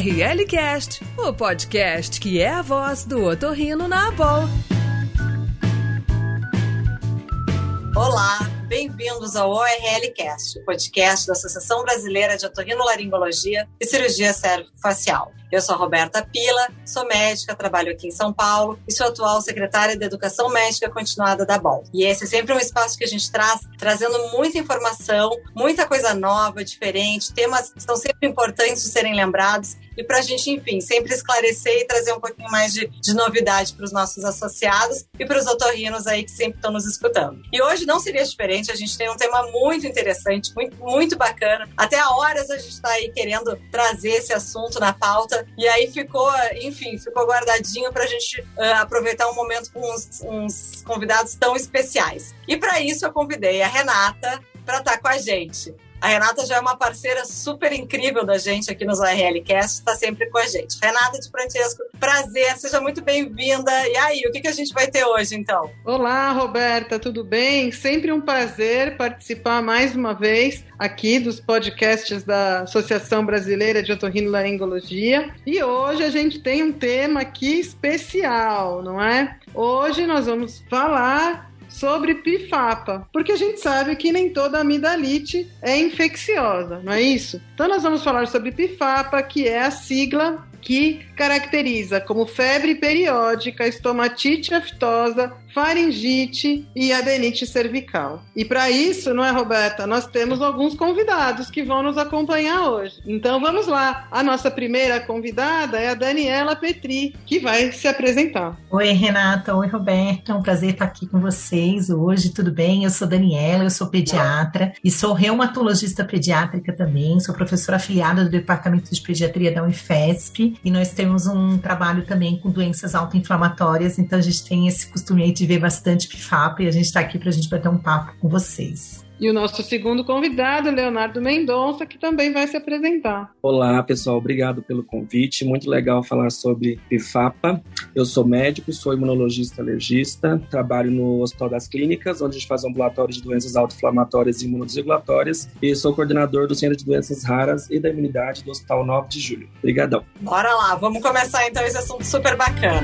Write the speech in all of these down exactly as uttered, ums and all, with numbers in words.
R L Cast, o podcast que é a voz do otorrino na Abol. Olá, bem-vindos ao O R L Cast, o podcast da Associação Brasileira de Otorrinolaringologia e Cirurgia Cérvico-Facial. Eu sou a Roberta Pila, sou médica, trabalho aqui em São Paulo e sou atual secretária de Educação Médica Continuada da Abol. E esse é sempre um espaço que a gente traz, trazendo muita informação, muita coisa nova, diferente, temas que são sempre importantes de serem lembrados e para a gente, enfim, sempre esclarecer e trazer um pouquinho mais de, de novidade para os nossos associados e para os otorrinos aí que sempre estão nos escutando. E hoje não seria diferente, a gente tem um tema muito interessante, muito, muito bacana. Até há horas a gente está aí querendo trazer esse assunto na pauta. E aí ficou, enfim, ficou guardadinho para a gente uh, aproveitar um momento com uns, uns convidados tão especiais. E para isso eu convidei a Renata para estar com a gente. A Renata já é uma parceira super incrível da gente aqui nos O R L Cast, está sempre com a gente. Renata de Francesco, prazer, seja muito bem-vinda. E aí, o que, que a gente vai ter hoje, então? Olá, Roberta, tudo bem? Sempre um prazer participar mais uma vez aqui dos podcasts da Associação Brasileira de Otorrinolaringologia. E hoje a gente tem um tema aqui especial, não é? Hoje nós vamos falar sobre pifapa, porque a gente sabe que nem toda amidalite é infecciosa, não é isso? Então nós vamos falar sobre pifapa, que é a sigla que caracteriza como febre periódica, estomatite aftosa, faringite e adenite cervical. E para isso, não é, Roberta? Nós temos alguns convidados que vão nos acompanhar hoje. Então vamos lá. A nossa primeira convidada é a Daniela Petri, que vai se apresentar. Oi, Renata. Oi, Roberta. É um prazer estar aqui com vocês hoje. Tudo bem? Eu sou Daniela, eu sou pediatra e sou reumatologista pediátrica também. Sou professora afiliada do Departamento de Pediatria da Unifesp e nós temos um trabalho também com doenças autoinflamatórias, então a gente tem esse costume de ver bastante pifapa e a gente está aqui para a gente bater um papo com vocês. E o nosso segundo convidado, Leonardo Mendonça, que também vai se apresentar. Olá, pessoal. Obrigado pelo convite. Muito legal falar sobre pifapa. Eu sou médico, sou imunologista alergista, trabalho no Hospital das Clínicas, onde a gente faz ambulatório de doenças autoinflamatórias e imunodesregulatórias, e sou coordenador do Centro de Doenças Raras e da Imunidade do Hospital nove de julho. Obrigadão. Bora lá, vamos começar então esse assunto super bacana.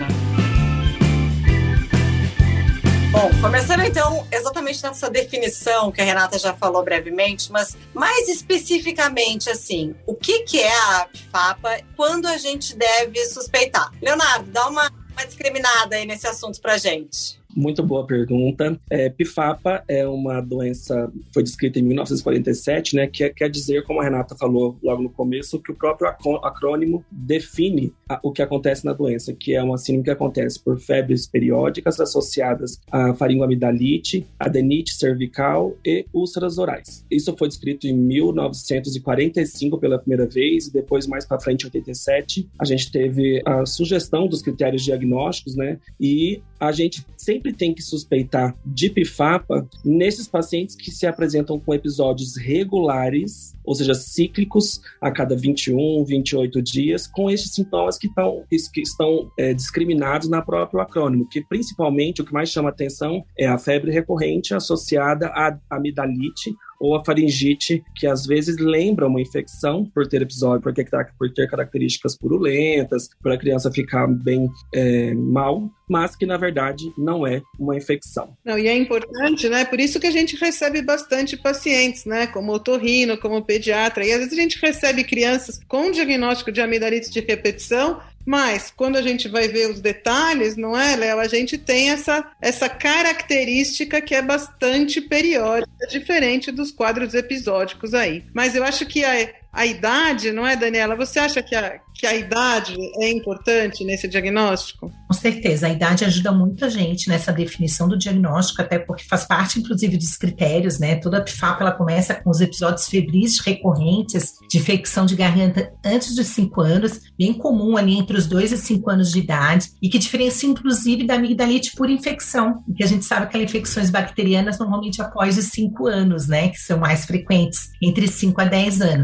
Bom, começando então exatamente nessa definição que a Renata já falou brevemente, mas mais especificamente assim, o que, que é a pifapa, quando a gente deve suspeitar? Leonardo, dá uma, uma discriminada aí nesse assunto pra gente. Muito boa pergunta. É, pifapa é uma doença, foi descrita em mil novecentos e quarenta e sete, né, que quer dizer, como a Renata falou logo no começo, que o próprio acrônimo define a, o que acontece na doença, que é uma síndrome que acontece por febres periódicas associadas a faringoamidalite, adenite cervical e úlceras orais. Isso foi descrito em mil novecentos e quarenta e cinco pela primeira vez, e depois, mais para frente, em oitenta e sete, a gente teve a sugestão dos critérios diagnósticos, né, e a gente sempre tem que suspeitar de pifapa nesses pacientes que se apresentam com episódios regulares, ou seja, cíclicos, a cada vinte e um, vinte e oito dias, com estes sintomas que, tão, que estão é, discriminados na própria acrônimo, que principalmente o que mais chama atenção é a febre recorrente associada à amidalite ou a faringite, que às vezes lembra uma infecção por ter episódio, por ter, por ter características purulentas, por a criança ficar bem é, mal, mas que na verdade não é uma infecção. Não, e é importante, né? Por isso que a gente recebe bastante pacientes, né? Como otorrino, como pediatra, e às vezes a gente recebe crianças com diagnóstico de amidalite de repetição, mas quando a gente vai ver os detalhes, não é, Léo? A gente tem essa, essa característica que é bastante periódica, diferente dos quadros episódicos aí. Mas eu acho que a, a idade, não é, Daniela? Você acha que a, que a idade é importante nesse diagnóstico? Com certeza, a idade ajuda muito a gente nessa definição do diagnóstico, até porque faz parte, inclusive, dos critérios, né? Toda a pifapa, ela começa com os episódios febris recorrentes de infecção de garganta antes dos cinco anos, bem comum ali entre os dois e cinco anos de idade, e que diferencia, inclusive, da amigdalite por infecção, que a gente sabe que as infecções bacterianas normalmente após os cinco anos, né? Que são mais frequentes, entre cinco a dez anos. Então,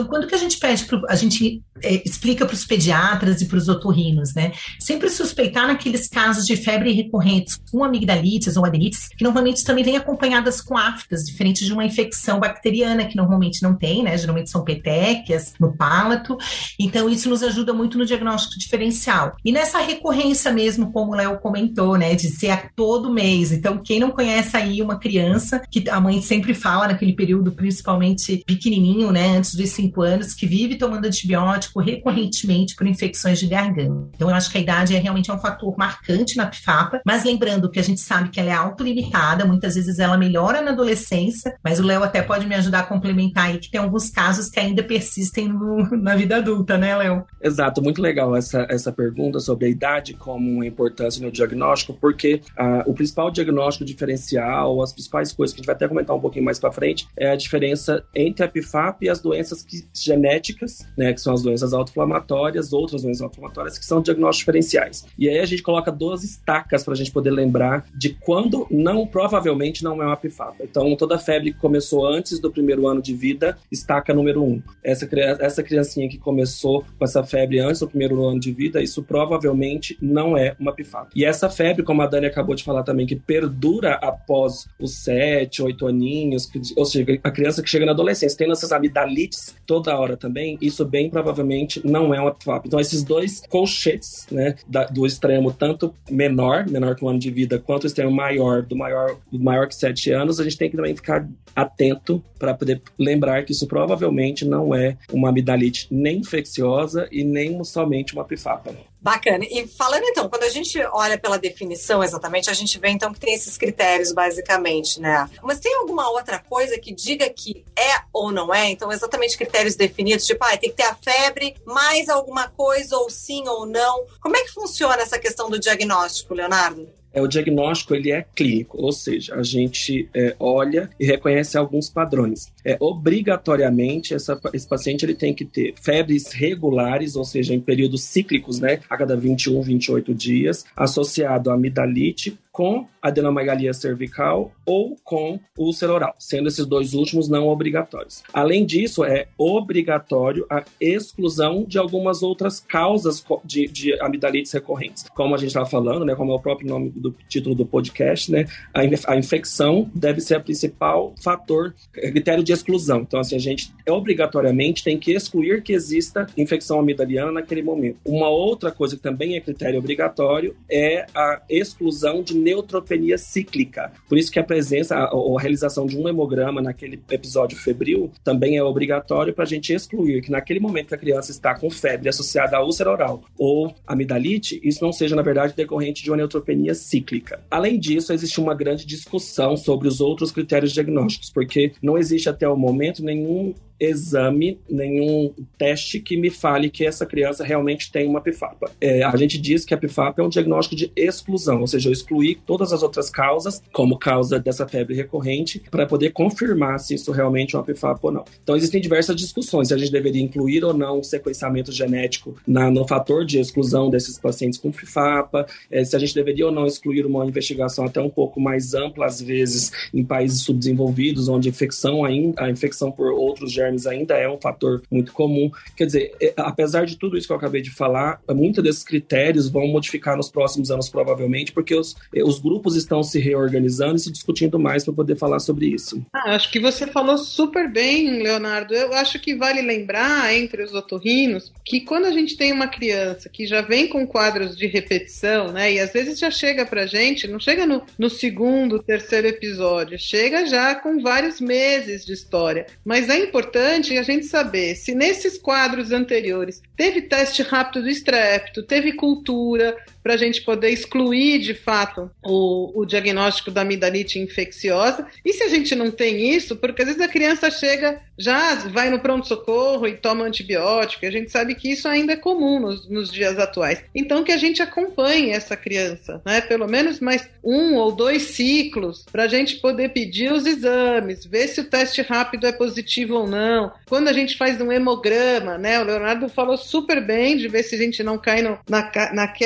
quando que a gente pede, pro, a gente é, explica para os pediatras e para os otorrinos, né? Sempre suspeitar naqueles casos de febre recorrentes com amigdalites ou adenites, que normalmente também vêm acompanhadas com aftas, diferente de uma infecção bacteriana, que normalmente não tem, né? Geralmente são petequias no palato. Então, isso nos ajuda muito no diagnóstico diferencial. E nessa recorrência mesmo, como o Léo comentou, né? De ser a todo mês. Então, quem não conhece aí uma criança, que a mãe sempre fala naquele período, principalmente pequenininho, né? Antes dos cinco anos, que vive tomando antibiótico recorrentemente por infecções de garganta. Então, eu acho que a idade é realmente é um fator marcante na P F A P A, mas lembrando que a gente sabe que ela é autolimitada, muitas vezes ela melhora na adolescência, mas o Léo até pode me ajudar a complementar aí, que tem alguns casos que ainda persistem no, na vida adulta, né, Léo? Exato, muito legal essa, essa pergunta sobre a idade como uma importância no diagnóstico, porque ah, o principal diagnóstico diferencial, as principais coisas que a gente vai até comentar um pouquinho mais para frente, é a diferença entre a P F A P e as doenças que, genéticas, né, que são as doenças autoinflamatórias, outras doenças autoinflamatórias que são diagnósticos diferenciais. E aí a gente coloca duas estacas para a gente poder lembrar de quando não, provavelmente não é uma P F A P A. Então, toda febre que começou antes do primeiro ano de vida, estaca número um. Essa, essa criancinha que começou com essa febre antes do primeiro ano de vida, isso provavelmente não é uma P F A P A. E essa febre, como a Dani acabou de falar também, que perdura após os sete, oito aninhos, que, ou seja, a criança que chega na adolescência, tendo essas amidalites toda hora também, isso bem provavelmente não é uma P F A P A. Então, esses dois colchetes, né, da, do extremo tanto menor, menor que um ano de vida, quanto o extremo maior, do maior, do maior que sete anos, a gente tem que também ficar atento para poder lembrar que isso provavelmente não é uma amidalite nem infecciosa e nem somente uma P F A P A. Bacana. E falando então, quando a gente olha pela definição exatamente, a gente vê então que tem esses critérios basicamente, né? Mas tem alguma outra coisa que diga que é ou não é? Então, exatamente critérios definidos, tipo, ah, tem que ter a febre, mais alguma coisa, ou sim ou não. Como é que funciona essa questão do diagnóstico, Leonardo? É, o diagnóstico ele é clínico, ou seja, a gente é, olha e reconhece alguns padrões. É, obrigatoriamente, essa, esse paciente ele tem que ter febres regulares, ou seja, em períodos cíclicos, né, a cada vinte e um, vinte e oito dias, associado a amidalite com adenomegalia cervical ou com úlcera oral, sendo esses dois últimos não obrigatórios. Além disso, é obrigatório a exclusão de algumas outras causas de, de amidalites recorrentes. Como a gente estava falando, né, como é o próprio nome do título do podcast, né, a, inf- a infecção deve ser o principal fator, critério de exclusão. Então, assim, a gente obrigatoriamente tem que excluir que exista infecção amidaliana naquele momento. Uma outra coisa que também é critério obrigatório é a exclusão de neutropenia cíclica. Por isso que a presença ou a realização de um hemograma naquele episódio febril também é obrigatório para a gente excluir que naquele momento que a criança está com febre associada à úlcera oral ou amidalite, isso não seja, na verdade, decorrente de uma neutropenia cíclica. Além disso, existe uma grande discussão sobre os outros critérios diagnósticos, porque não existe até o momento nenhum exame, nenhum teste que me fale que essa criança realmente tem uma P F A P A. É, a gente diz que a P F A P A é um diagnóstico de exclusão, ou seja, eu excluí todas as outras causas como causa dessa febre recorrente para poder confirmar se isso realmente é uma P F A P A ou não. Então, existem diversas discussões se a gente deveria incluir ou não o sequenciamento genético na, no fator de exclusão desses pacientes com P F A P A, é, se a gente deveria ou não excluir uma investigação até um pouco mais ampla, às vezes em países subdesenvolvidos, onde a infecção, ainda, a infecção por outros germes ainda é um fator muito comum. Quer dizer, apesar de tudo isso que eu acabei de falar, muitos desses critérios vão modificar nos próximos anos, provavelmente, porque os, os grupos estão se reorganizando e se discutindo mais para poder falar sobre isso. Ah, acho que você falou super bem, Leonardo. Eu acho que vale lembrar, entre os otorrinos, que quando a gente tem uma criança que já vem com quadros de repetição, né, e às vezes já chega pra gente, não chega no, no segundo, terceiro episódio, chega já com vários meses de história. Mas é importante a gente saber se nesses quadros anteriores teve teste rápido do estrépito, teve cultura, para a gente poder excluir, de fato, o, o diagnóstico da amidalite infecciosa. E se a gente não tem isso, porque às vezes a criança chega, já vai no pronto-socorro e toma antibiótico, e a gente sabe que isso ainda é comum nos, nos dias atuais. Então, que a gente acompanhe essa criança, né? Pelo menos mais um ou dois ciclos, para a gente poder pedir os exames, ver se o teste rápido é positivo ou não. Quando a gente faz um hemograma, né? O Leonardo falou super bem de ver se a gente não cai no, na, na queda dos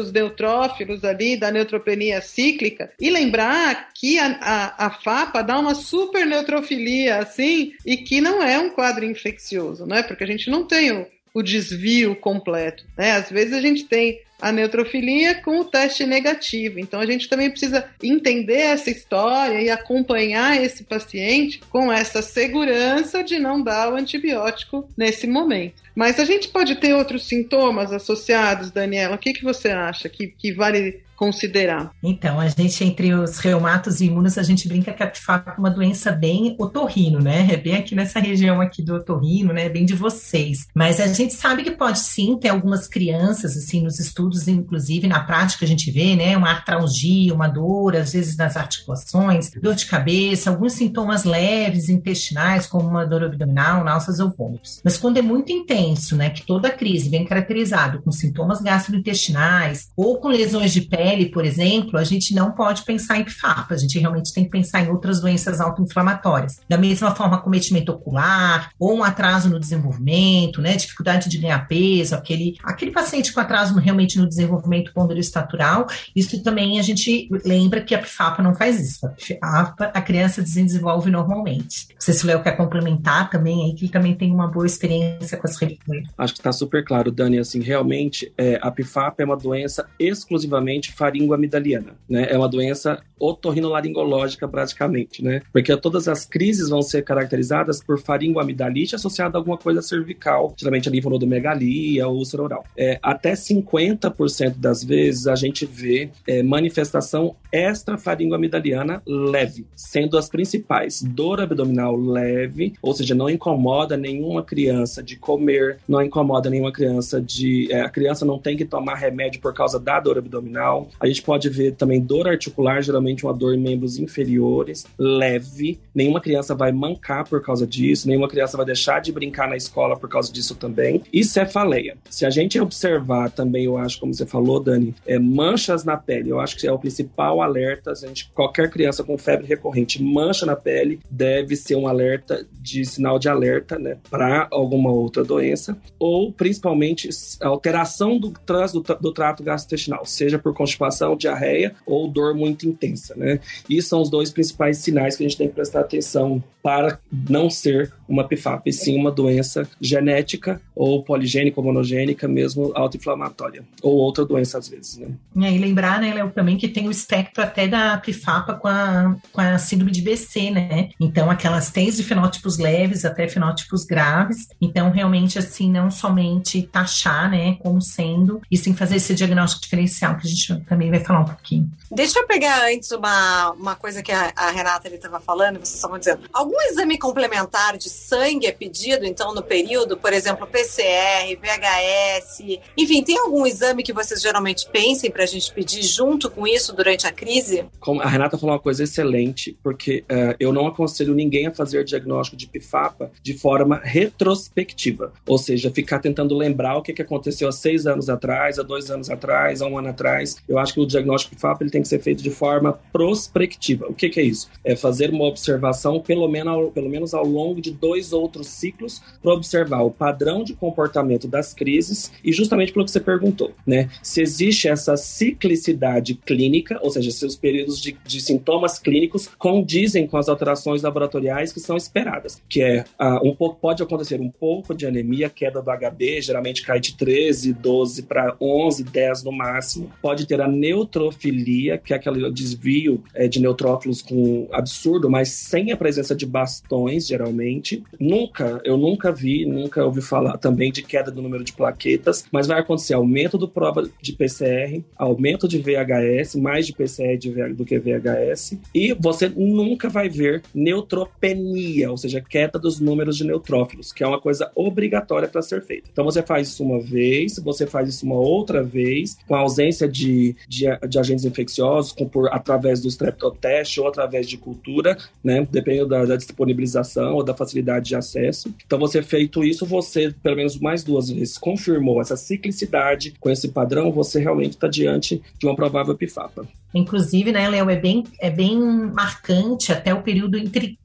dos neutrófilos ali, da neutropenia cíclica, e lembrar que a, a, a F A P A dá uma super neutrofilia, assim, e que não é um quadro infeccioso, né? Porque a gente não tem o, o desvio completo, né? Às vezes a gente tem a neutrofilia com o teste negativo. Então, a gente também precisa entender essa história e acompanhar esse paciente com essa segurança de não dar o antibiótico nesse momento. Mas a gente pode ter outros sintomas associados, Daniela? O que, que você acha que, que vale considerar? Então, a gente, entre os reumatos e imunos, a gente brinca que a P F A P é uma doença bem otorrino, né? É bem aqui nessa região aqui do otorrino, né? Bem de vocês. Mas a gente sabe que pode sim ter algumas crianças, assim, nos estudos, inclusive na prática a gente vê, né? Uma artralgia, uma dor, às vezes nas articulações, dor de cabeça, alguns sintomas leves intestinais, como uma dor abdominal, náuseas ou vômitos. Mas quando é muito intenso, né? Que toda a crise vem caracterizado com sintomas gastrointestinais ou com lesões de pele, por exemplo, a gente não pode pensar em P F A P, a gente realmente tem que pensar em outras doenças autoinflamatórias. Da mesma forma, acometimento ocular, ou um atraso no desenvolvimento, né, dificuldade de ganhar peso, aquele, aquele paciente com atraso realmente no desenvolvimento ponderostatural, isso também a gente lembra que a P F A P não faz isso. A P F A P a criança desenvolve normalmente. Não sei se o Léo quer complementar também, aí que ele também tem uma boa experiência com as revisões. Acho que está super claro, Dani, assim, realmente é, a P F A P é uma doença exclusivamente faringoamidaliana, né? É uma doença otorrinolaringológica praticamente, né? Porque todas as crises vão ser caracterizadas por faringoamidalite associada a alguma coisa cervical, geralmente a linfonodomegalia ou úlcera oral. É, até cinquenta por cento das vezes a gente vê é, manifestação extrafaringoamidaliana leve, sendo as principais dor abdominal leve, ou seja, não incomoda nenhuma criança de comer, não incomoda nenhuma criança de... É, a criança não tem que tomar remédio por causa da dor abdominal. A gente pode ver também dor articular, geralmente uma dor em membros inferiores, leve. Nenhuma criança vai mancar por causa disso, nenhuma criança vai deixar de brincar na escola por causa disso também. E cefaleia. Se a gente observar também, eu acho, como você falou, Dani, é, manchas na pele, eu acho que é o principal alerta. Se a gente, qualquer criança com febre recorrente, mancha na pele, deve ser um alerta de sinal de alerta, né, para alguma outra doença. Ou, principalmente, alteração do trânsito do, do trato gastrointestinal, seja por constipação, diarreia ou dor muito intensa, né? E são os dois principais sinais que a gente tem que prestar atenção para não ser uma P F A P, e sim uma doença genética ou poligênica ou monogênica, mesmo autoinflamatória, ou outra doença às vezes, né? E aí lembrar, né, Léo, também que tem o espectro até da P F A P com a, com a síndrome de B C, né? Então, aquelas desde fenótipos leves até fenótipos graves. Então, realmente, assim, não somente taxar, né, como sendo, e sim fazer esse diagnóstico diferencial, que a gente também vai falar um pouquinho. Deixa eu pegar antes uma, uma coisa que a, a Renata estava falando, vocês estavam dizendo. Algum exame complementar de sangue é pedido, então, no período? Por exemplo, P C R, V H S, enfim, tem algum exame que vocês geralmente pensem para a gente pedir junto com isso durante a crise? Como a Renata falou uma coisa excelente, porque uh, eu não aconselho ninguém a fazer diagnóstico de P F A P de forma retrospectiva, ou seja, ficar tentando lembrar o que, que aconteceu há seis anos atrás, há dois anos atrás, há um ano atrás. Eu acho que o diagnóstico de P F A P ele tem que ser feito de forma prospectiva. O que, que é isso? É fazer uma observação pelo menos, ao, pelo menos ao longo de dois outros ciclos para observar o padrão de comportamento das crises e justamente pelo que você perguntou, né? Se existe essa ciclicidade clínica, ou seja, se os períodos de, de sintomas clínicos condizem com as alterações laboratoriais que são esperadas, que é uh, um pouco, pode acontecer um pouco de anemia, queda do H B, geralmente cai de treze, doze para onze, dez no máximo. Pode ter a neutrofilia, que é aquele desvio é, de neutrófilos com absurdo, mas sem a presença de bastões, geralmente. Nunca, eu nunca vi, nunca ouvi falar também de queda do número de plaquetas, mas vai acontecer aumento do prova de P C R, aumento de V H S, mais de P C R de V- do que V H S, e você nunca vai ver neutropenia, ou seja, queda dos números de neutrófilos, que é uma coisa obrigatória para ser feita. Então você faz isso uma vez, você faz isso uma outra vez, com a ausência de, de, de agentes infecciosos, com, por, através do streptoteste ou através de cultura, né, dependendo da, da disponibilização ou da facilidade de acesso. Então você feito isso, você, pelo menos mais duas vezes, confirmou essa ciclicidade com esse padrão, você realmente está diante de uma provável P F A P. Inclusive, né, Léo, é bem, é bem marcante até o período entre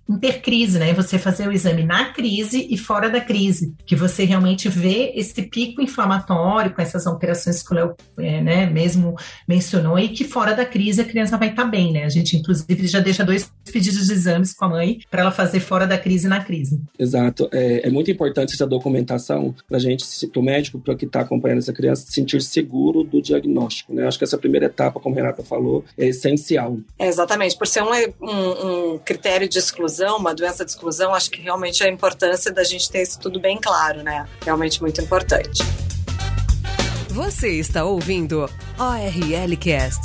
intercrise, né? Você fazer o exame na crise e fora da crise, que você realmente vê esse pico inflamatório com essas alterações que o Léo, é, né, mesmo mencionou, e que fora da crise a criança vai estar bem, né? A gente, inclusive, já deixa dois pedidos de exames com a mãe para ela fazer fora da crise e na crise. Exato. É, é muito importante essa documentação para a gente, para o médico, para que está acompanhando essa criança, se sentir seguro do diagnóstico, né? Acho que essa primeira etapa, como a Renata falou, é essencial. É, exatamente. Por ser um, um, um critério de exclusão, uma doença de exclusão, acho que realmente a importância da gente ter isso tudo bem claro, né? Realmente muito importante. Você está ouvindo O R L Cast.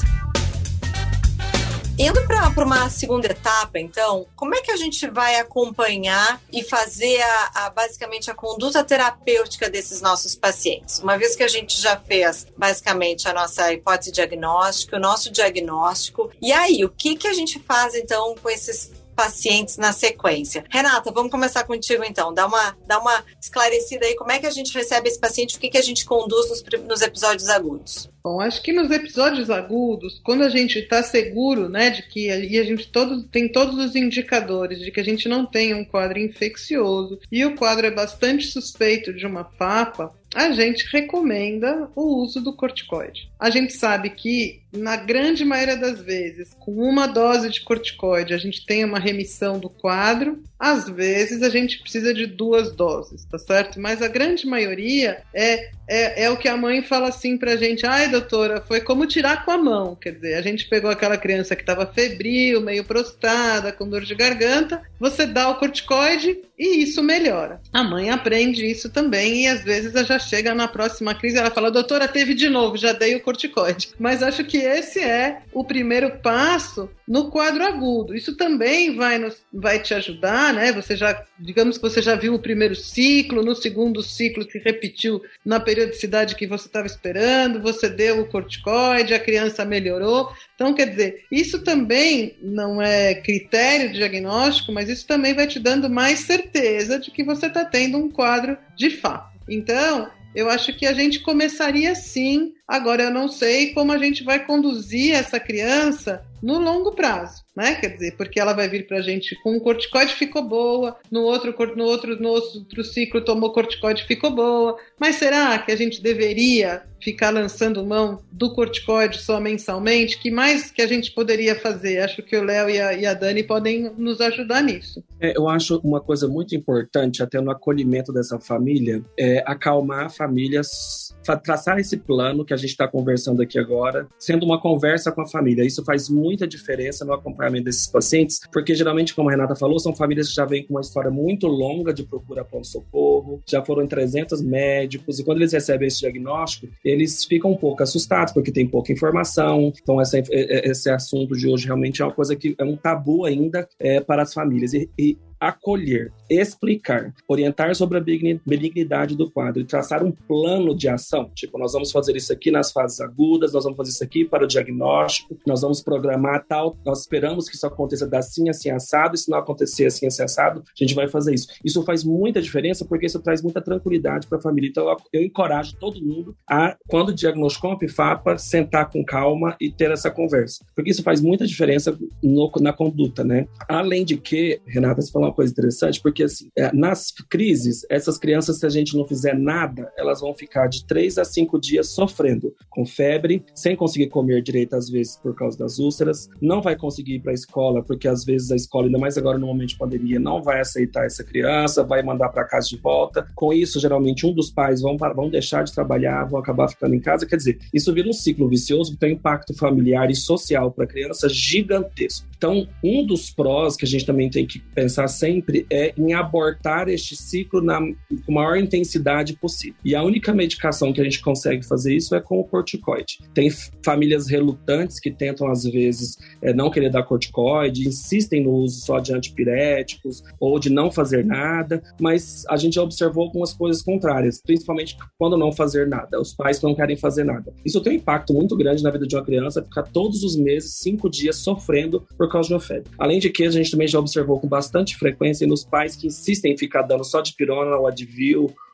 Indo para uma segunda etapa, então, como é que a gente vai acompanhar e fazer a, a, basicamente a conduta terapêutica desses nossos pacientes? Uma vez que a gente já fez basicamente a nossa hipótese diagnóstica, o nosso diagnóstico, e aí, o que, que a gente faz então com esses pacientes na sequência? Renata, vamos começar contigo então, dá uma, dá uma esclarecida aí, como é que a gente recebe esse paciente, o que, que a gente conduz nos, nos episódios agudos? Bom, acho que nos episódios agudos, quando a gente está seguro, né, de que e a gente todos, tem todos os indicadores de que a gente não tem um quadro infeccioso e o quadro é bastante suspeito de uma FAPA, a gente recomenda o uso do corticoide. A gente sabe que, na grande maioria das vezes, com uma dose de corticoide, a gente tem uma remissão do quadro. Às vezes, a gente precisa de duas doses, tá certo? Mas a grande maioria é, é, é o que a mãe fala assim pra gente: ai, doutora, foi como tirar com a mão. Quer dizer, a gente pegou aquela criança que estava febril, meio prostrada, com dor de garganta, você dá o corticoide e isso melhora. A mãe aprende isso também e, às vezes, ela já chega na próxima crise, ela fala: doutora, teve de novo, já dei o corticoide. Mas acho que esse é o primeiro passo no quadro agudo. Isso também vai, nos, vai te ajudar, né? Você já, digamos que você já viu o primeiro ciclo, no segundo ciclo se repetiu na periodicidade que você estava esperando, você deu o corticoide, a criança melhorou. Então, quer dizer, isso também não é critério de diagnóstico, mas isso também vai te dando mais certeza de que você está tendo um quadro de fato. Então, eu acho que a gente começaria sim. Agora, eu não sei como a gente vai conduzir essa criança no longo prazo, né? Quer dizer, porque ela vai vir pra gente com um corticoide, ficou boa, no outro, no outro, no outro ciclo tomou corticoide, ficou boa, mas será que a gente deveria ficar lançando mão do corticoide só mensalmente? Que mais que a gente poderia fazer? Acho que o Léo e a, e a Dani podem nos ajudar nisso. É, eu acho uma coisa muito importante, até no acolhimento dessa família, é acalmar a família, traçar esse plano que a gente está conversando aqui agora, sendo uma conversa com a família. Isso faz muita diferença no acompanhamento desses pacientes, porque geralmente, como a Renata falou, são famílias que já vêm com uma história muito longa de procura pronto-socorro, já foram em trezentos médicos, e quando eles recebem esse diagnóstico, eles ficam um pouco assustados, porque tem pouca informação. Então, essa, esse assunto de hoje realmente é uma coisa que é um tabu ainda é, para as famílias. E, e acolher, explicar, orientar sobre a benignidade do quadro e traçar um plano de ação. Tipo, nós vamos fazer isso aqui nas fases agudas, nós vamos fazer isso aqui para o diagnóstico, nós vamos programar tal, nós esperamos que isso aconteça assim, assim, assado, e se não acontecer assim, assim, assado, a gente vai fazer isso. Isso faz muita diferença, porque isso traz muita tranquilidade para a família. Então, eu, eu encorajo todo mundo a, quando diagnosticou uma PIFAPA, sentar com calma e ter essa conversa. Porque isso faz muita diferença no, na conduta, né? Além de que, Renata, você falou uma coisa interessante, porque assim, nas crises, essas crianças, se a gente não fizer nada, elas vão ficar de três a cinco dias sofrendo, com febre, sem conseguir comer direito às vezes por causa das úlceras, não vai conseguir ir para a escola, porque às vezes a escola, ainda mais agora no momento de pandemia, não vai aceitar essa criança, vai mandar para casa de volta. Com isso, geralmente um dos pais vão, vão deixar de trabalhar, vão acabar ficando em casa. Quer dizer, isso vira um ciclo vicioso que tem um impacto familiar e social para a criança gigantesco. Então, um dos prós que a gente também tem que pensar sempre é em abortar este ciclo na com maior intensidade possível. E a única medicação que a gente consegue fazer isso é com o corticoide. Tem famílias relutantes que tentam, às vezes, é, não querer dar corticoide, insistem no uso só de antipiréticos ou de não fazer nada, mas a gente já observou algumas coisas contrárias, principalmente quando não fazer nada. Os pais não querem fazer nada. Isso tem um impacto muito grande na vida de uma criança, ficar todos os meses, cinco dias, sofrendo por causa de uma febre. Além de que a gente também já observou com bastante frequência nos pais que insistem em ficar dando só dipirona ou Advil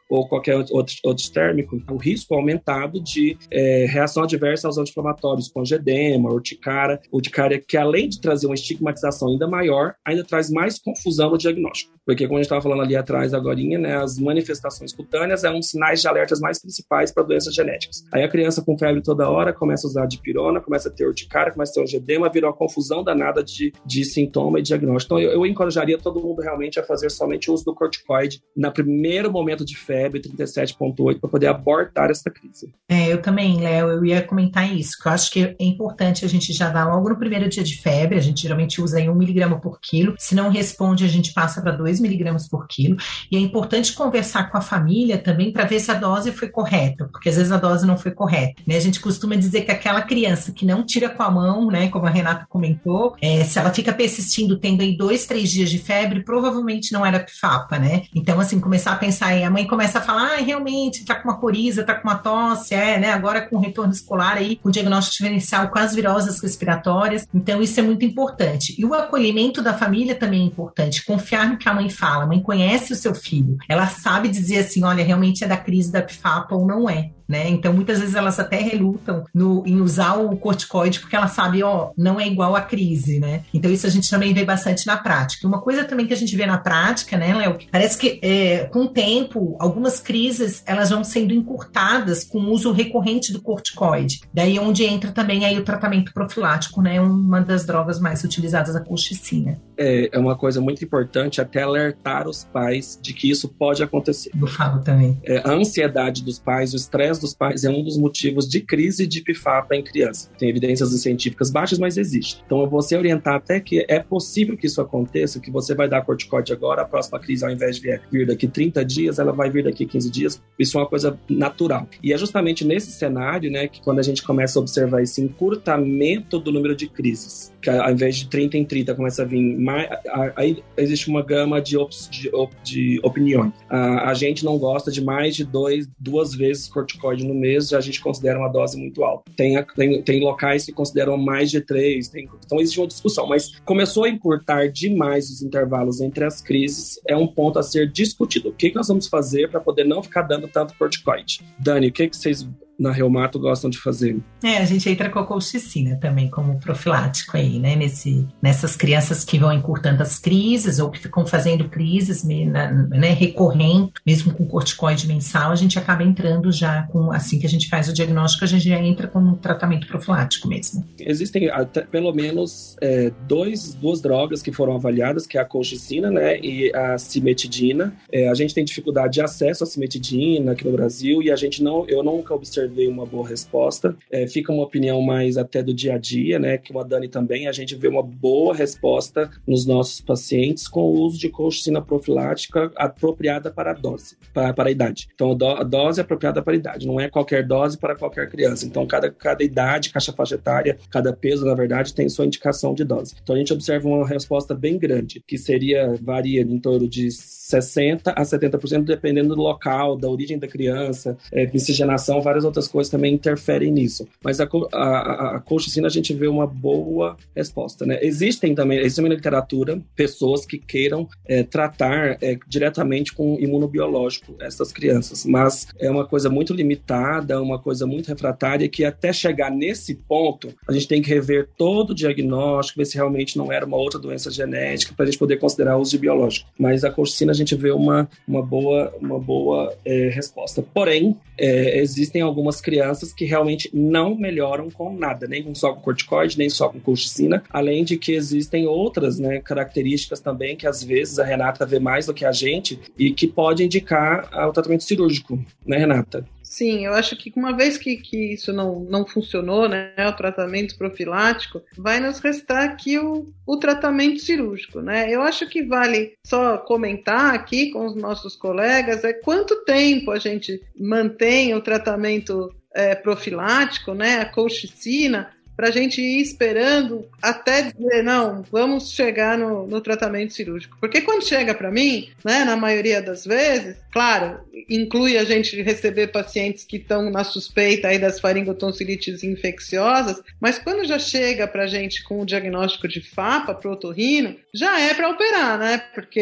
ou qualquer outro, outro térmico, o risco aumentado de é, reação adversa aos anti-inflamatórios, com angedema, urticária, urticária, que além de trazer uma estigmatização ainda maior, ainda traz mais confusão no diagnóstico. Porque, como a gente estava falando ali atrás, agorinha, né, as manifestações cutâneas é um dos sinais de alertas mais principais para doenças genéticas. Aí a criança com febre toda hora começa a usar dipirona, começa a ter urticária, começa a ter angedema, virou uma confusão danada de, de sintoma e diagnóstico. Então, eu, eu encorajaria todo mundo realmente a fazer somente uso do corticoide no primeiro momento de febre, trinta e sete vírgula oito, para poder abortar essa crise. É, eu também, Léo, eu ia comentar isso, que eu acho que é importante a gente já dar logo no primeiro dia de febre, a gente geralmente usa aí um miligrama por quilo, se não responde a gente passa para dois miligramas por quilo, e é importante conversar com a família também para ver se a dose foi correta, porque às vezes a dose não foi correta, né? A gente costuma dizer que aquela criança que não tira com a mão, né, como a Renata comentou, é, se ela fica persistindo, tendo aí dois, três dias de febre, provavelmente não era pifapa, né? Então, assim, começar a pensar aí, a mãe começa a falar, ah, realmente, tá com uma coriza, tá com uma tosse, é, né, agora com o retorno escolar aí, com o diagnóstico diferencial com as viroses respiratórias, então isso é muito importante. E o acolhimento da família também é importante, confiar no que a mãe fala, a mãe conhece o seu filho, ela sabe dizer assim, olha, realmente é da crise da pifapa ou não é. Né? Então, muitas vezes elas até relutam no, em usar o corticoide porque elas sabem, ó, não é igual à crise, né? Então, isso a gente também vê bastante na prática. Uma coisa também que a gente vê na prática, né, Léo, parece que é, com o tempo, algumas crises, elas vão sendo encurtadas com o uso recorrente do corticoide. Daí onde entra também aí o tratamento profilático, né? Uma das drogas mais utilizadas, a colchicina. É, é uma coisa muito importante até alertar os pais de que isso pode acontecer. Eu falo também. É, a ansiedade dos pais, o estresse dos pais é um dos motivos de crise de pifapa em criança. Tem evidências científicas baixas, mas existe. Então, eu vou se orientar até que é possível que isso aconteça, que você vai dar corticoide agora, a próxima crise, ao invés de vir daqui trinta dias, ela vai vir daqui quinze dias. Isso é uma coisa natural. E é justamente nesse cenário, né, que quando a gente começa a observar esse encurtamento do número de crises, que ao invés de trinta em trinta começa a vir mais, aí existe uma gama de, op, de, op, de opiniões. A, a gente não gosta de mais de dois, duas vezes corticoide no mês, já a gente considera uma dose muito alta. Tem, tem, tem locais que consideram mais de três, tem, então existe uma discussão, mas começou a encurtar demais os intervalos entre as crises, é um ponto a ser discutido. O que, que nós vamos fazer para poder não ficar dando tanto corticoide? Dani, o que, que vocês na reumato gostam de fazer? É, a gente entra com a colchicina também como profilático aí, né, Nesse, nessas crianças que vão encurtando as crises ou que ficam fazendo crises, né, recorrendo, mesmo com corticoide mensal, a gente acaba entrando já com, assim que a gente faz o diagnóstico, a gente já entra com um tratamento profilático mesmo. Existem até, pelo menos é, dois, duas drogas que foram avaliadas, que é a colchicina, né, e a cimetidina. É, a gente tem dificuldade de acesso à cimetidina aqui no Brasil e a gente não, eu nunca observei uma boa resposta. É, fica uma opinião mais até do dia a dia, né, que a Dani também, a gente vê uma boa resposta nos nossos pacientes com o uso de colchicina profilática apropriada para a dose, para, para a idade. Então, a, do, a dose é apropriada para a idade, não é qualquer dose para qualquer criança. Então, cada, cada idade, caixa faixa etária, cada peso, na verdade, tem sua indicação de dose. Então, a gente observa uma resposta bem grande, que seria, varia em torno de sessenta a setenta por cento, dependendo do local, da origem da criança, é, miscigenação, várias outras coisas também interferem nisso. Mas a, a, a colchicina a gente vê uma boa resposta, né? Existem também, existe também na literatura, pessoas que queiram é, tratar é, diretamente com imunobiológico essas crianças, mas é uma coisa muito limitada, uma coisa muito refratária, que até chegar nesse ponto, a gente tem que rever todo o diagnóstico, ver se realmente não era uma outra doença genética, para a gente poder considerar o uso de biológico. Mas a colchicina a gente vê uma, uma boa, uma boa é, resposta. Porém, é, existem algumas crianças que realmente não melhoram com nada, nem só com corticoide, nem só com colchicina, além de que existem outras, né, características também que às vezes a Renata vê mais do que a gente e que pode indicar o tratamento cirúrgico, né, Renata? Sim, eu acho que uma vez que, que isso não, não funcionou, né, o tratamento profilático, vai nos restar aqui o, o tratamento cirúrgico, né? Eu acho que vale só comentar aqui com os nossos colegas é quanto tempo a gente mantém o tratamento é, profilático, né, a colchicina, para a gente ir esperando até dizer, não, vamos chegar no, no tratamento cirúrgico. Porque quando chega para mim, né, na maioria das vezes, claro, inclui a gente receber pacientes que estão na suspeita aí das faringotonsilites infecciosas, mas quando já chega para a gente com o diagnóstico de F A P A, pro otorrino, já é para operar, né? Porque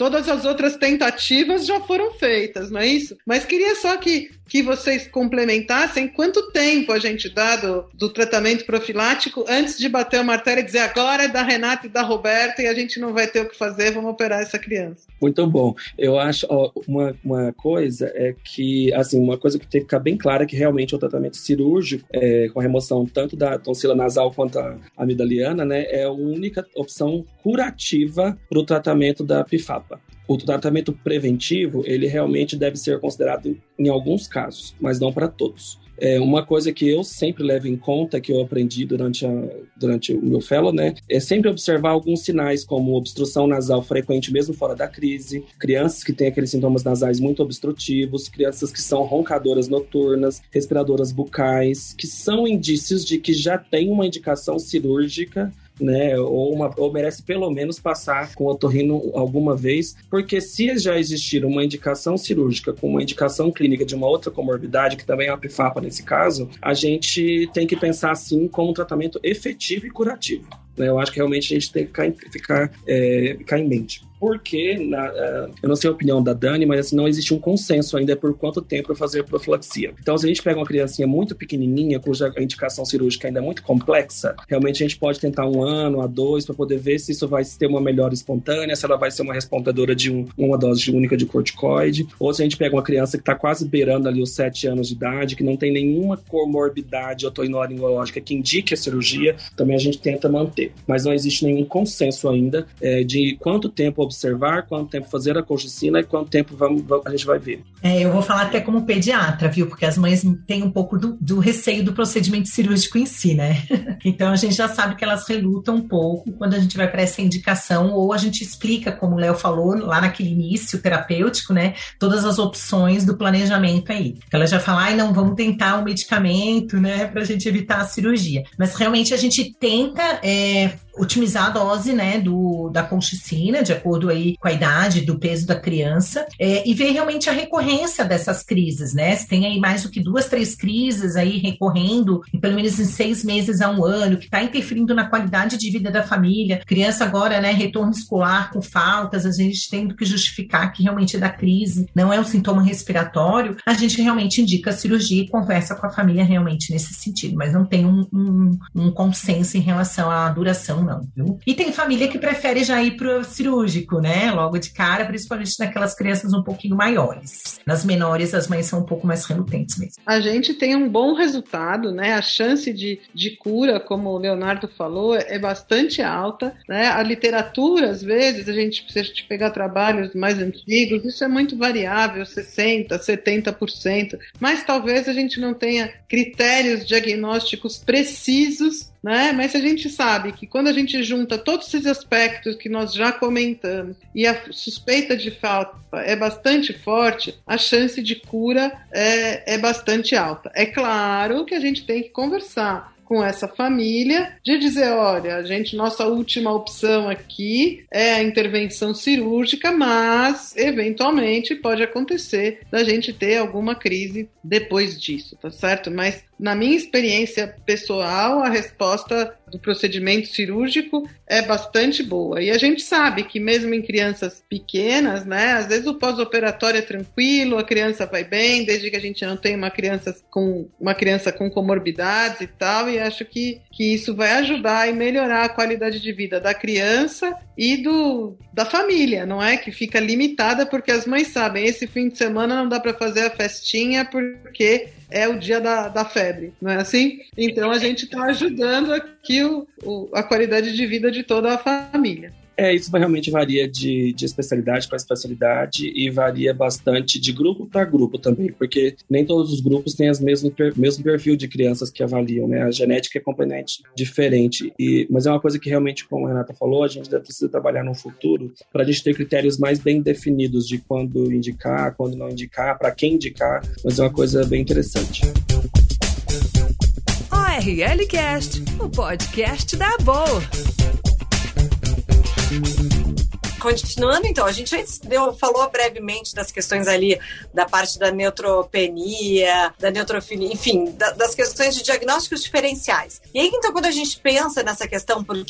todas as outras tentativas já foram feitas, não é isso? Mas queria só que, que vocês complementassem quanto tempo a gente dá do, do tratamento profilático antes de bater o martelo e dizer agora é da Renata e da Roberta e a gente não vai ter o que fazer, vamos operar essa criança. Muito bom. Eu acho, ó, uma, uma coisa é que, assim, uma coisa que tem que ficar bem clara é que realmente o tratamento cirúrgico, é, com a remoção tanto da tonsila nasal quanto a amidaliana, né, é a única opção curativa para o tratamento da PIFAPA. O tratamento preventivo, ele realmente deve ser considerado em alguns casos, mas não para todos. É uma coisa que eu sempre levo em conta, que eu aprendi durante, a, durante o meu fellow, né, é sempre observar alguns sinais, como obstrução nasal frequente mesmo fora da crise, crianças que têm aqueles sintomas nasais muito obstrutivos, crianças que são roncadoras noturnas, respiradoras bucais, que são indícios de que já tem uma indicação cirúrgica, né, ou, uma, ou merece pelo menos passar com o otorrino alguma vez, porque se já existir uma indicação cirúrgica com uma indicação clínica de uma outra comorbidade, que também é a PIFAPA nesse caso, a gente tem que pensar assim como um tratamento efetivo e curativo. Né? Eu acho que realmente a gente tem que ficar, ficar, é, ficar em mente. Porque, na, uh, eu não sei a opinião da Dani, mas assim, não existe um consenso ainda por quanto tempo para fazer profilaxia. Então, se a gente pega uma criancinha muito pequenininha, cuja indicação cirúrgica ainda é muito complexa, realmente a gente pode tentar um ano, a dois, para poder ver se isso vai ter uma melhora espontânea, se ela vai ser uma respondedora de um, uma dose única de corticoide, ou se a gente pega uma criança que está quase beirando ali os sete anos de idade, que não tem nenhuma comorbidade otorrinolaringológica que indique a cirurgia, também a gente tenta manter. Mas não existe nenhum consenso ainda é, de quanto tempo observar, quanto tempo fazer a colchicina e quanto tempo vamos, a gente vai ver. É, eu vou falar até como pediatra, viu? Porque as mães têm um pouco do, do receio do procedimento cirúrgico em si, né? Então a gente já sabe que elas relutam um pouco quando a gente vai para essa indicação, ou a gente explica, como o Léo falou, lá naquele início terapêutico, né? Todas as opções do planejamento aí. Ela já fala, ai, não, vamos tentar um medicamento, né? Pra gente evitar a cirurgia. Mas realmente a gente tenta é, otimizar a dose, né? Do, da colchicina, de acordo aí com a idade, do peso da criança, é, e ver realmente a recorrência dessas crises, né? Se tem aí mais do que duas, três crises aí recorrendo, pelo menos em seis meses a um ano, que está interferindo na qualidade de vida da família, criança agora, né, retorno escolar com faltas, a gente tendo que justificar que realmente é da crise, não é um sintoma respiratório, a gente realmente indica a cirurgia e conversa com a família realmente nesse sentido, mas não tem um, um, um consenso em relação à duração, não, viu? E tem família que prefere já ir para o cirúrgico, né, logo de cara, principalmente naquelas crianças um pouquinho maiores. Nas menores, as mães são um pouco mais relutentes mesmo. A gente tem um bom resultado, né, a chance de, de cura, como o Leonardo falou, é bastante alta, né, a literatura, às vezes, a gente precisa de pegar trabalhos mais antigos, isso é muito variável, sessenta por cento, setenta por cento, mas talvez a gente não tenha critérios diagnósticos precisos, né? Mas a gente sabe que quando a gente junta todos esses aspectos que nós já comentamos e a suspeita de falta é bastante forte, a chance de cura é, é bastante alta. É claro que a gente tem que conversar com essa família, de dizer, olha, a gente, nossa última opção aqui é a intervenção cirúrgica, mas eventualmente pode acontecer da gente ter alguma crise depois disso, tá certo? Mas na minha experiência pessoal, a resposta do procedimento cirúrgico é bastante boa. E a gente sabe que mesmo em crianças pequenas, né, às vezes o pós-operatório é tranquilo, a criança vai bem, desde que a gente não tenha uma criança com, uma criança com comorbidades e tal, e acho que, que isso vai ajudar e melhorar a qualidade de vida da criança e do, da família, não é? Que fica limitada porque as mães sabem, esse fim de semana não dá para fazer a festinha porque é o dia da, da febre, não é assim? Então a gente está ajudando aqui o, o, a qualidade de vida de toda a família. É, isso realmente varia de, de especialidade para especialidade e varia bastante de grupo para grupo também, porque nem todos os grupos têm o mesmo, mesmo perfil de crianças que avaliam, né? A genética é completamente diferente, e, mas é uma coisa que realmente, como a Renata falou, a gente precisa trabalhar no futuro para a gente ter critérios mais bem definidos de quando indicar, quando não indicar, para quem indicar, mas é uma coisa bem interessante. O R L Cast, o podcast da Boa. Continuando, então, a gente deu, falou brevemente das questões ali da parte da neutropenia, da neutrofilia, enfim, da, das questões de diagnósticos diferenciais. E aí, então, quando a gente pensa nessa questão, porque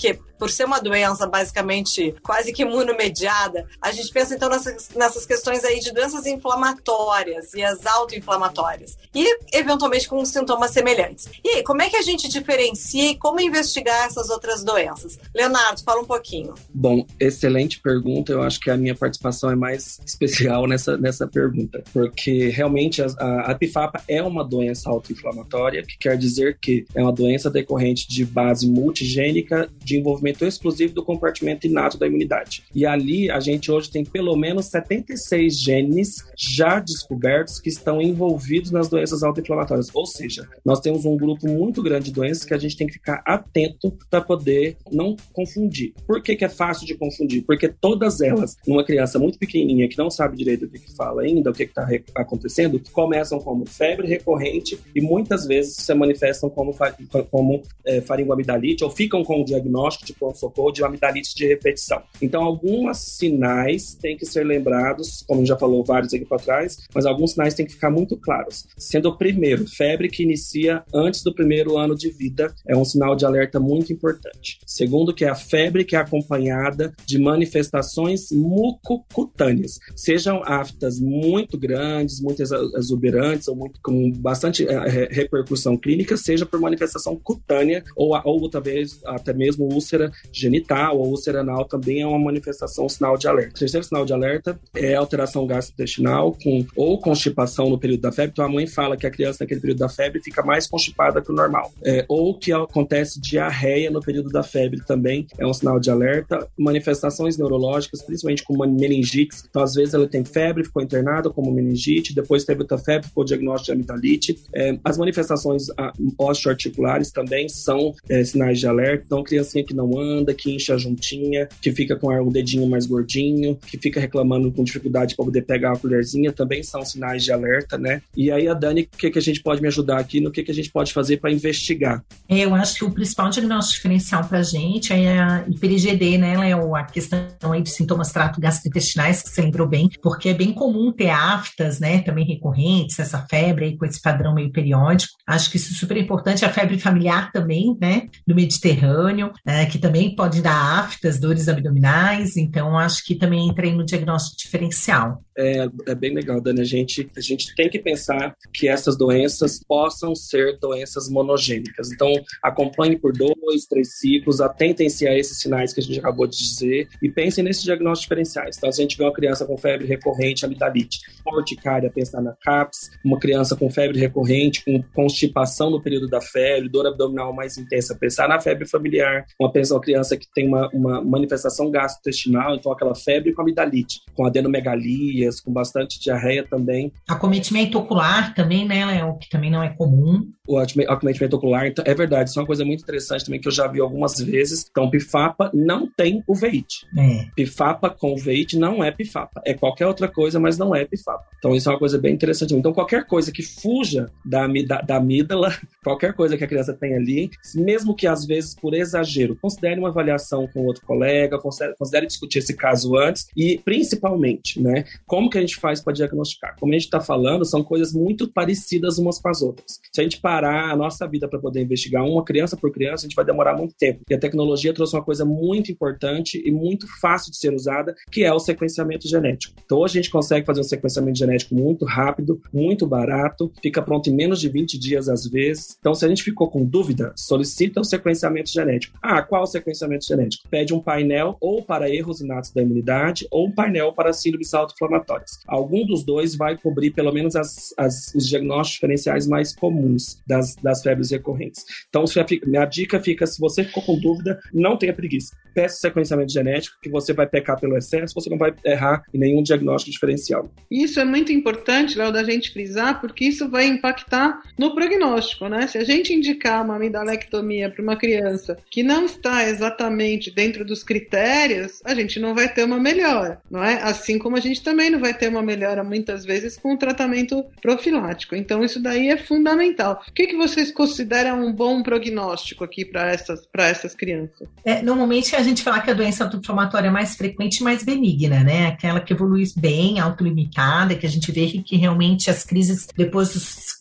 por ser uma doença basicamente quase que imunomediada, a gente pensa então nessas, nessas questões aí de doenças inflamatórias e as autoinflamatórias. E, eventualmente, com sintomas semelhantes. E aí, como é que a gente diferencia e como investigar essas outras doenças? Leonardo, fala um pouquinho. Bom, excelente pergunta. Eu acho que a minha participação é mais especial nessa, nessa pergunta, porque realmente a, a, a PIFAPA é uma doença autoinflamatória, que quer dizer que é uma doença decorrente de base multigênica de envolvimento exclusivo do compartimento inato da imunidade. E ali a gente hoje tem pelo menos setenta e seis genes já descobertos que estão envolvidos nas doenças autoinflamatórias. Ou seja, nós temos um grupo muito grande de doenças que a gente tem que ficar atento para poder não confundir. Por que que é fácil de confundir? Porque todas elas, numa criança muito pequenininha que não sabe direito o que, que fala ainda, o que está acontecendo, começam como febre recorrente e muitas vezes se manifestam como, como é, faringoamidalite ou ficam com o diagnóstico de pronto-socorro de uma amidalite de repetição. Então, alguns sinais têm que ser lembrados, como já falou vários aqui para trás, mas alguns sinais têm que ficar muito claros. Sendo o primeiro, febre que inicia antes do primeiro ano de vida, é um sinal de alerta muito importante. Segundo, que é a febre que é acompanhada de manifestações mucocutâneas, sejam aftas muito grandes, muito exuberantes ou muito, com bastante é, repercussão clínica, seja por manifestação cutânea ou, ou talvez até mesmo úlcera genital ou úlcera anal também é uma manifestação, um sinal de alerta. O terceiro sinal de alerta é alteração gastrointestinal com, ou constipação no período da febre. Então a mãe fala que a criança naquele período da febre fica mais constipada que o normal. É, ou que acontece diarreia no período da febre também é um sinal de alerta. Manifestações neurológicas, principalmente com meningite. Então às vezes ela tem febre, ficou internada como meningite, depois teve outra febre, ficou diagnóstico de amidalite. É, as manifestações osteoarticulares também são é, sinais de alerta. Então criancinha que não anda, que incha a juntinha, que fica com o dedinho mais gordinho, que fica reclamando com dificuldade para poder pegar a colherzinha, também são sinais de alerta, né? E aí, a Dani, o que, que a gente pode me ajudar aqui, no que, que a gente pode fazer para investigar? Eu acho que o principal diagnóstico diferencial para a gente é a hiper-I G D, né, Léo? A questão aí de sintomas trato gastrointestinais, que você lembrou bem, porque é bem comum ter aftas, né, também recorrentes, essa febre aí com esse padrão meio periódico. Acho que isso é super importante. A febre familiar também, né, do Mediterrâneo, né, que também pode dar aftas, dores abdominais, então acho que também entra aí no diagnóstico diferencial. É, é bem legal, Dani. A gente, a gente tem que pensar que essas doenças possam ser doenças monogênicas. Então, acompanhe por dois, três ciclos, atentem-se a esses sinais que a gente acabou de dizer e pensem nesses diagnósticos diferenciais. Então, se a gente vê uma criança com febre recorrente, amidalite, urticária, pensar na CAPS, uma criança com febre recorrente, com constipação no período da febre, dor abdominal mais intensa, pensar na febre familiar, uma, uma criança que tem uma, uma manifestação gastrointestinal, então aquela febre com amidalite, com adenomegalia, com bastante diarreia também. Acometimento ocular também, né, Léo? Que também não é comum. O acometimento ocular, então, é verdade, isso é uma coisa muito interessante também que eu já vi algumas vezes. Então, PIFAPA não tem uveíte. É. PIFAPA com uveíte não é PIFAPA. É qualquer outra coisa, mas não é PIFAPA. Então, isso é uma coisa bem interessante. Então, qualquer coisa que fuja da, da, da amígdala, qualquer coisa que a criança tem ali, mesmo que às vezes por exagero, considere uma avaliação com outro colega, considere, considere discutir esse caso antes e, principalmente, né, como que a gente faz para diagnosticar? Como a gente está falando, são coisas muito parecidas umas com as outras. Se a gente parar a nossa vida para poder investigar uma criança por criança, a gente vai demorar muito tempo. E a tecnologia trouxe uma coisa muito importante e muito fácil de ser usada, que é o sequenciamento genético. Então, hoje a gente consegue fazer um sequenciamento genético muito rápido, muito barato, fica pronto em menos de vinte dias às vezes. Então, se a gente ficou com dúvida, solicita o sequenciamento genético. Ah, qual o sequenciamento genético? Pede um painel ou para erros inatos da imunidade ou um painel para síndromes autoinflamatórias. Algum dos dois vai cobrir pelo menos as, as, os diagnósticos diferenciais mais comuns das, das febres recorrentes. Então, minha dica fica, se você ficou com dúvida, não tenha preguiça. Peça o sequenciamento genético, que você vai pecar pelo excesso, você não vai errar em nenhum diagnóstico diferencial. Isso é muito importante, Léo, da gente frisar, porque isso vai impactar no prognóstico, né? Se a gente indicar uma amidalectomia para uma criança que não está exatamente dentro dos critérios, a gente não vai ter uma melhora, não é? Assim como a gente também não vai ter uma melhora muitas vezes com o tratamento profilático. Então isso daí é fundamental. O que, que vocês consideram um bom prognóstico aqui para essas, para essas crianças? É, normalmente a gente fala que a doença autoinflamatória é mais frequente e mais benigna, né? Aquela que evolui bem, autolimitada, que a gente vê que realmente as crises depois dos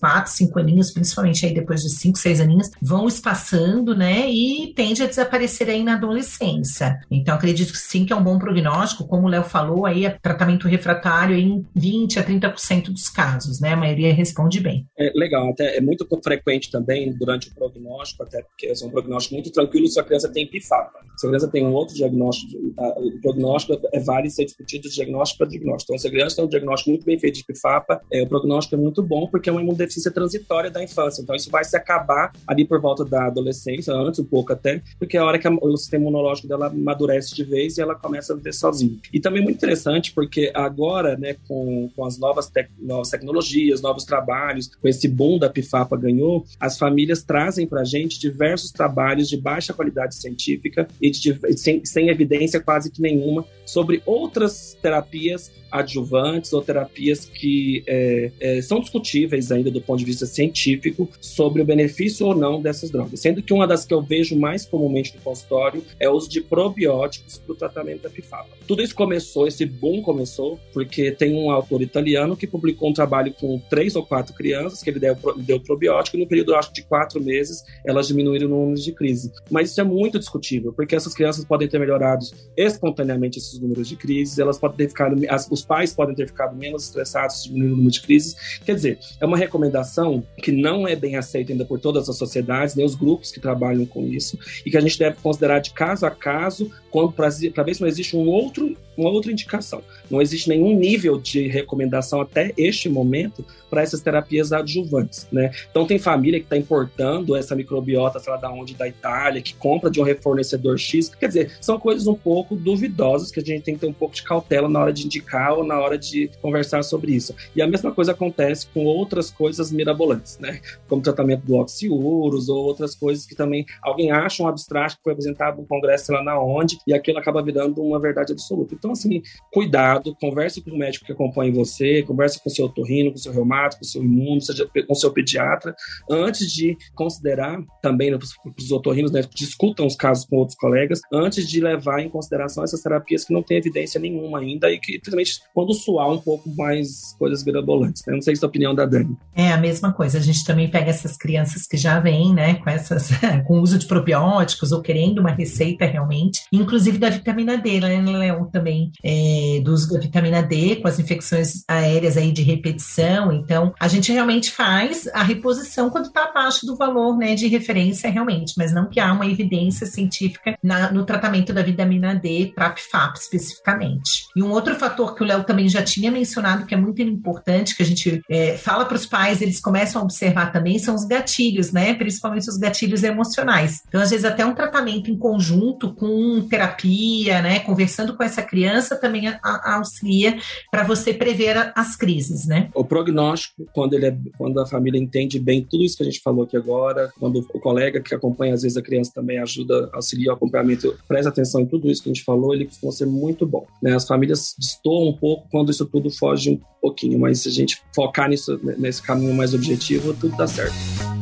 quatro, cinco aninhos, principalmente aí depois de cinco, seis aninhos, vão espaçando, né, e tende a desaparecer aí na adolescência. Então, acredito que sim, que é um bom prognóstico, como o Léo falou, aí é tratamento refratário em vinte a trinta por cento dos casos, né, a maioria responde bem. É legal, até é muito frequente também durante o prognóstico, até porque é um prognóstico muito tranquilo se a criança tem PIFAPA. Se a criança tem um outro diagnóstico, o prognóstico é vale ser discutido de diagnóstico para diagnóstico. Então, se a criança tem um diagnóstico muito bem feito de PIFAPA, é, o prognóstico é muito bom porque é uma imunodeficiência transitória da infância. Então, isso vai se acabar ali por volta da adolescência, antes um pouco até, porque é a hora que a, o sistema imunológico dela amadurece de vez e ela começa a viver sozinha. E também é muito interessante porque agora, né, com, com as novas, tec, novas tecnologias, novos trabalhos, com esse boom da PIFAPA ganhou, as famílias trazem para a gente diversos trabalhos de baixa qualidade científica e de, sem, sem evidência quase que nenhuma sobre outras terapias adjuvantes ou terapias que é, é, são discutíveis ainda do ponto de vista científico sobre o benefício ou não dessas drogas. Sendo que uma das que eu vejo mais comumente no consultório é o uso de probióticos para o tratamento da PIFAPA. Tudo isso começou, esse boom começou, porque tem um autor italiano que publicou um trabalho com três ou quatro crianças que ele deu, deu probiótico e no período, acho, de quatro meses, elas diminuíram o número de crise. Mas isso é muito discutível, porque essas crianças podem ter melhorado espontaneamente esses números de crises, elas podem ter ficado, as, os pais podem ter ficado menos estressados, diminuindo o número de crises. Quer dizer, é uma recomendação que não é bem aceita ainda por todas as sociedades, nem os grupos que trabalham com isso, e que a gente deve considerar de caso a caso, para ver se não existe um outro, uma outra indicação. Não existe nenhum nível de recomendação até este momento para essas terapias adjuvantes, né? Então tem família que está importando essa microbiota, sei lá da onde, da Itália, que compra de um fornecedor X. Quer dizer, são coisas um pouco duvidosas que a gente tem que ter um pouco de cautela na hora de indicar ou na hora de conversar sobre isso. E a mesma coisa acontece com outras coisas mirabolantes, né? Como o tratamento do oxiúros ou outras coisas que também alguém acha um abstrato que foi apresentado no congresso, sei lá na onde, e aquilo acaba virando uma verdade absoluta. Então, assim, cuidado, converse com o médico que acompanha você, converse com o seu otorrino, com o seu reumato, com o seu imuno, seja com o seu pediatra, antes de considerar, também né, os otorrinos, né, discutam os casos com outros colegas, antes de levar em consideração essas terapias que não têm evidência nenhuma ainda e que, principalmente, quando suar um pouco mais coisas mirabolantes, né? Não sei se é a opinião da Dani. É a mesma coisa, a gente também pega essas crianças que já vêm, né, com essas, com o uso de probióticos ou querendo uma receita realmente, inclusive da vitamina D, né, Léo, também, é, do uso da vitamina D com as infecções aéreas aí de repetição. Então, a gente realmente faz a reposição quando está abaixo do valor, né, de referência realmente, mas não que há uma evidência científica na, no tratamento da vitamina D para PIFAPA especificamente. E um outro fator que o Léo também já tinha mencionado, que é muito importante, que a gente é, fala para os pais, eles começam a observar também, são os gatilhos, né, principalmente os gatilhos emocionais. Então, às vezes, até um tratamento em conjunto com terapia, né, conversando com essa criança também a, a auxilia para você prever a, as crises, né? O prognóstico, quando, ele é, quando a família entende bem tudo isso que a gente falou aqui agora, quando o colega que acompanha, às vezes a criança também ajuda, auxilia o acompanhamento, presta atenção em tudo isso que a gente falou, ele costuma ser muito bom, né? As famílias destoam um pouco quando isso tudo foge um pouquinho, mas se a gente focar nisso, nesse caminho mais objetivo, tudo dá certo.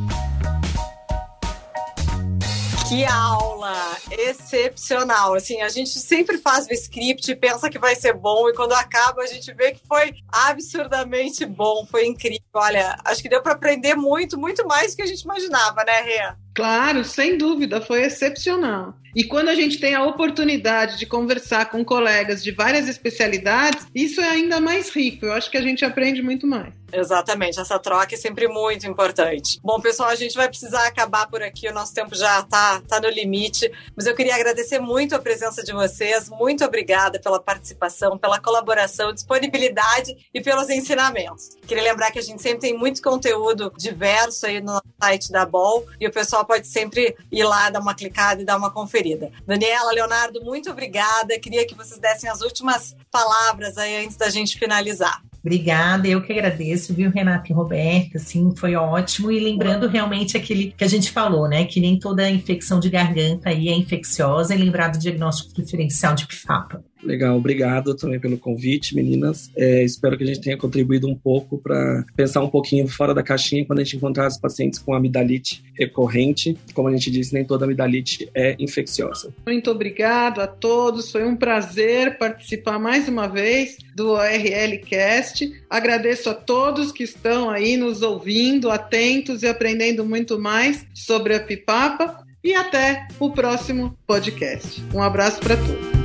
Que aula excepcional, assim, a gente sempre faz o script e pensa que vai ser bom e quando acaba a gente vê que foi absurdamente bom, foi incrível. Olha, acho que deu para aprender muito, muito mais do que a gente imaginava, né, Rê? Claro, sem dúvida, foi excepcional. E quando a gente tem a oportunidade de conversar com colegas de várias especialidades, isso é ainda mais rico. Eu acho que a gente aprende muito mais. Exatamente, essa troca é sempre muito importante. Bom, pessoal, a gente vai precisar acabar por aqui, o nosso tempo já está tá no limite, mas eu queria agradecer muito a presença de vocês, muito obrigada pela participação, pela colaboração, disponibilidade e pelos ensinamentos. Queria lembrar que a gente sempre tem muito conteúdo diverso aí no site da B O L e o pessoal pode sempre ir lá, dar uma clicada e dar uma conferida. Daniela, Leonardo, muito obrigada. Queria que vocês dessem as últimas palavras aí antes da gente finalizar. Obrigada, eu que agradeço, viu, Renata e Roberta, assim, foi ótimo, e lembrando realmente aquele que a gente falou, né, que nem toda infecção de garganta aí é infecciosa, e lembrar do diagnóstico diferencial de PIFAPA. Legal, obrigado também pelo convite, meninas. É, espero que a gente tenha contribuído um pouco para pensar um pouquinho fora da caixinha quando a gente encontrar os pacientes com amidalite recorrente. Como a gente disse, nem toda amidalite é infecciosa. Muito obrigado a todos, foi um prazer participar mais uma vez do O R L Cast. Agradeço a todos que estão aí nos ouvindo, atentos e aprendendo muito mais sobre a Pipapa. E até o próximo podcast. Um abraço para todos.